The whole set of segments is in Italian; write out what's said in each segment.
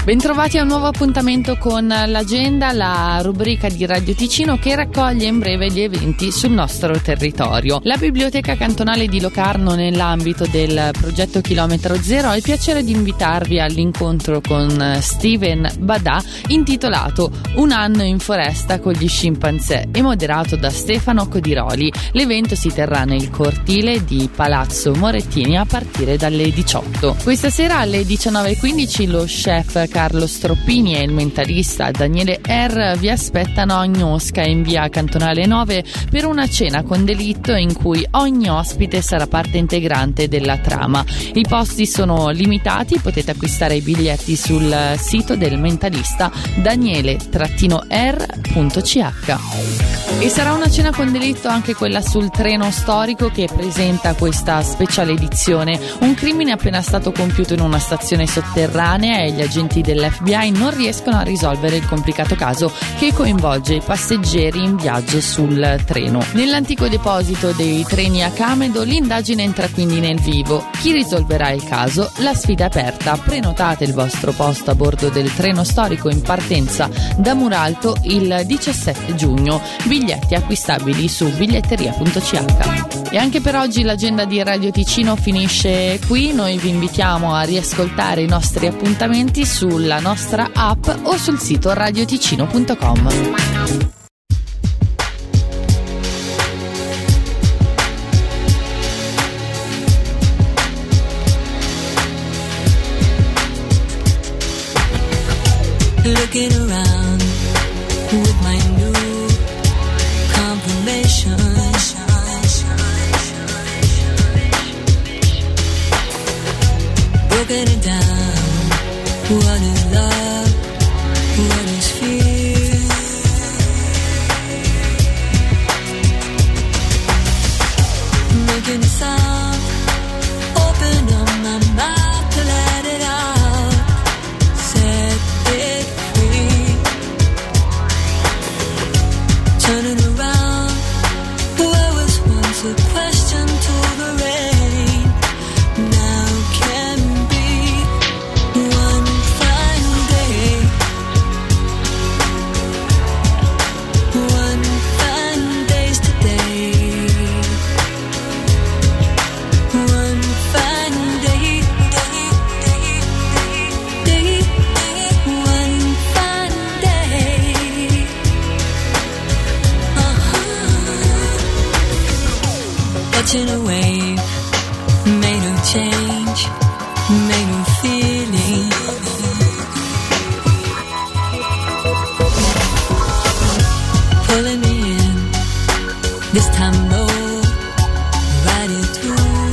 Bentrovati a un nuovo appuntamento con l'agenda, la rubrica di Radio Ticino che raccoglie in breve gli eventi sul nostro territorio. La Biblioteca Cantonale di Locarno, nell'ambito del progetto Chilometro Zero, ha il piacere di invitarvi all'incontro con Steven Badà intitolato Un anno in foresta con gli scimpanzé e moderato da Stefano Codiroli. L'evento si terrà nel cortile di Palazzo Morettini a partire dalle 18. Questa sera alle 19:15 lo chef Carlo Stroppini e il mentalista Daniele R vi aspettano a Gnosca in via Cantonale 9 per una cena con delitto in cui ogni ospite sarà parte integrante della trama. I posti sono limitati, potete acquistare i biglietti sul sito del mentalista daniele-r.ch. E sarà una cena con delitto anche quella sul treno storico che presenta questa speciale edizione. Un crimine è appena stato compiuto in una stazione sotterranea e gli agenti dell'FBI non riescono a risolvere il complicato caso che coinvolge i passeggeri in viaggio sul treno. Nell'antico deposito dei treni a Camedo l'indagine entra quindi nel vivo. Chi risolverà il caso? La sfida è aperta. Prenotate il vostro posto a bordo del treno storico in partenza da Muralto il 17 giugno. Biglietti acquistabili su biglietteria.ch. E anche per oggi l'agenda di Radio Ticino finisce qui. Noi vi invitiamo a riascoltare i nostri appuntamenti sulla nostra app o sul sito radioticino.com. Looking around with my new confirmation. Broken it down. What is love? What is fear? Making a sound. Open up my mouth to let it out. Set it free. Turning around. What was once a question to the rain now can be one fine day. One fine day's today. One fine day, day, one fine day. Catching a wave, made of change, made of feeling. Pulling me in, this time low, ride it through.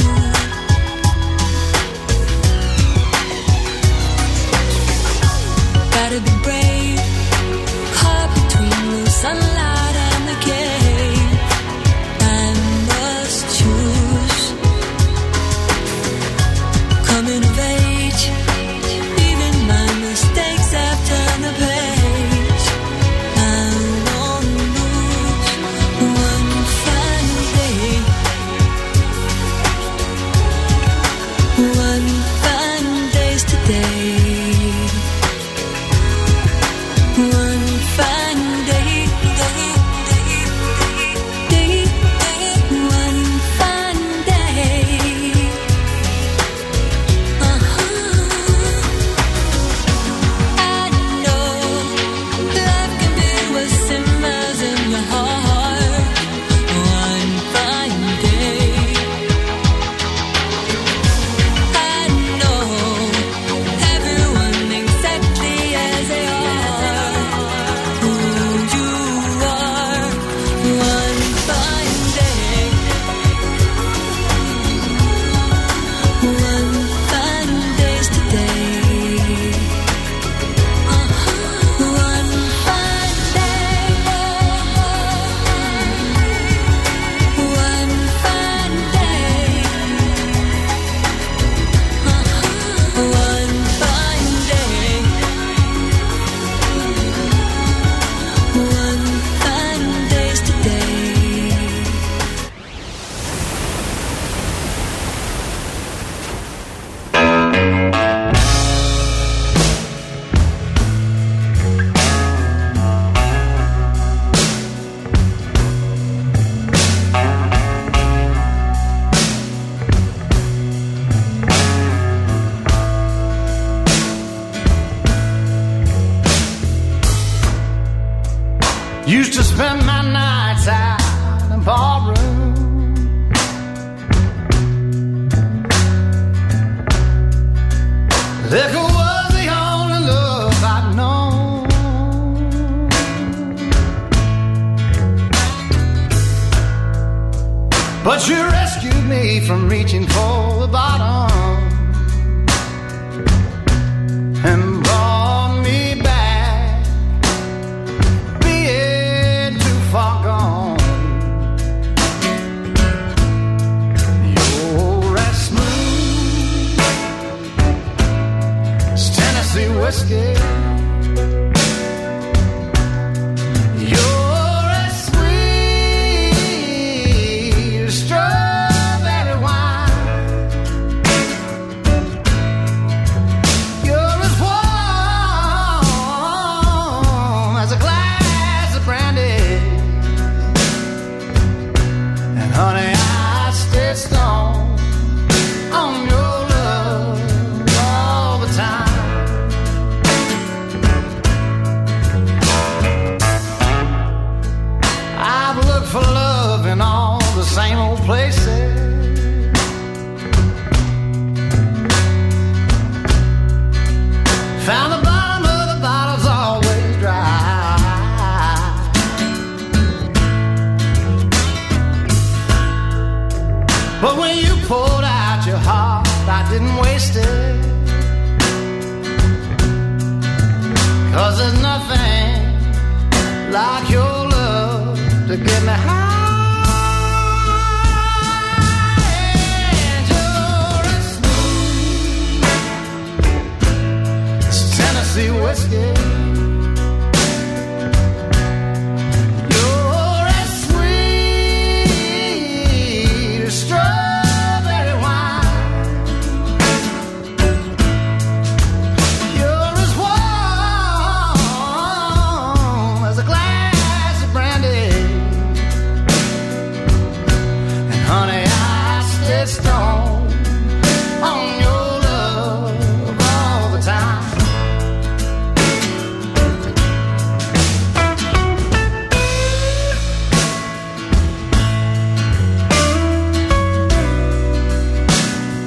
Gotta be brave, caught between the sunlight and the cave. I must choose. Coming of age, spend my nights out in ballroom. Liquor was the only love I'd known. But you rescued me from reaching for the bottom and brought me back, being too far gone. You're as smooth as Tennessee whiskey. You're as sweet as strawberry wine. You're as warm as a glass of brandy. And honey, I stay stoned on your love all the time. I've looked for love in all the same old places. Found the bottom of the bottle's always dry. But when you poured out your heart, I didn't waste it. 'Cause there's nothing like your love to get me high.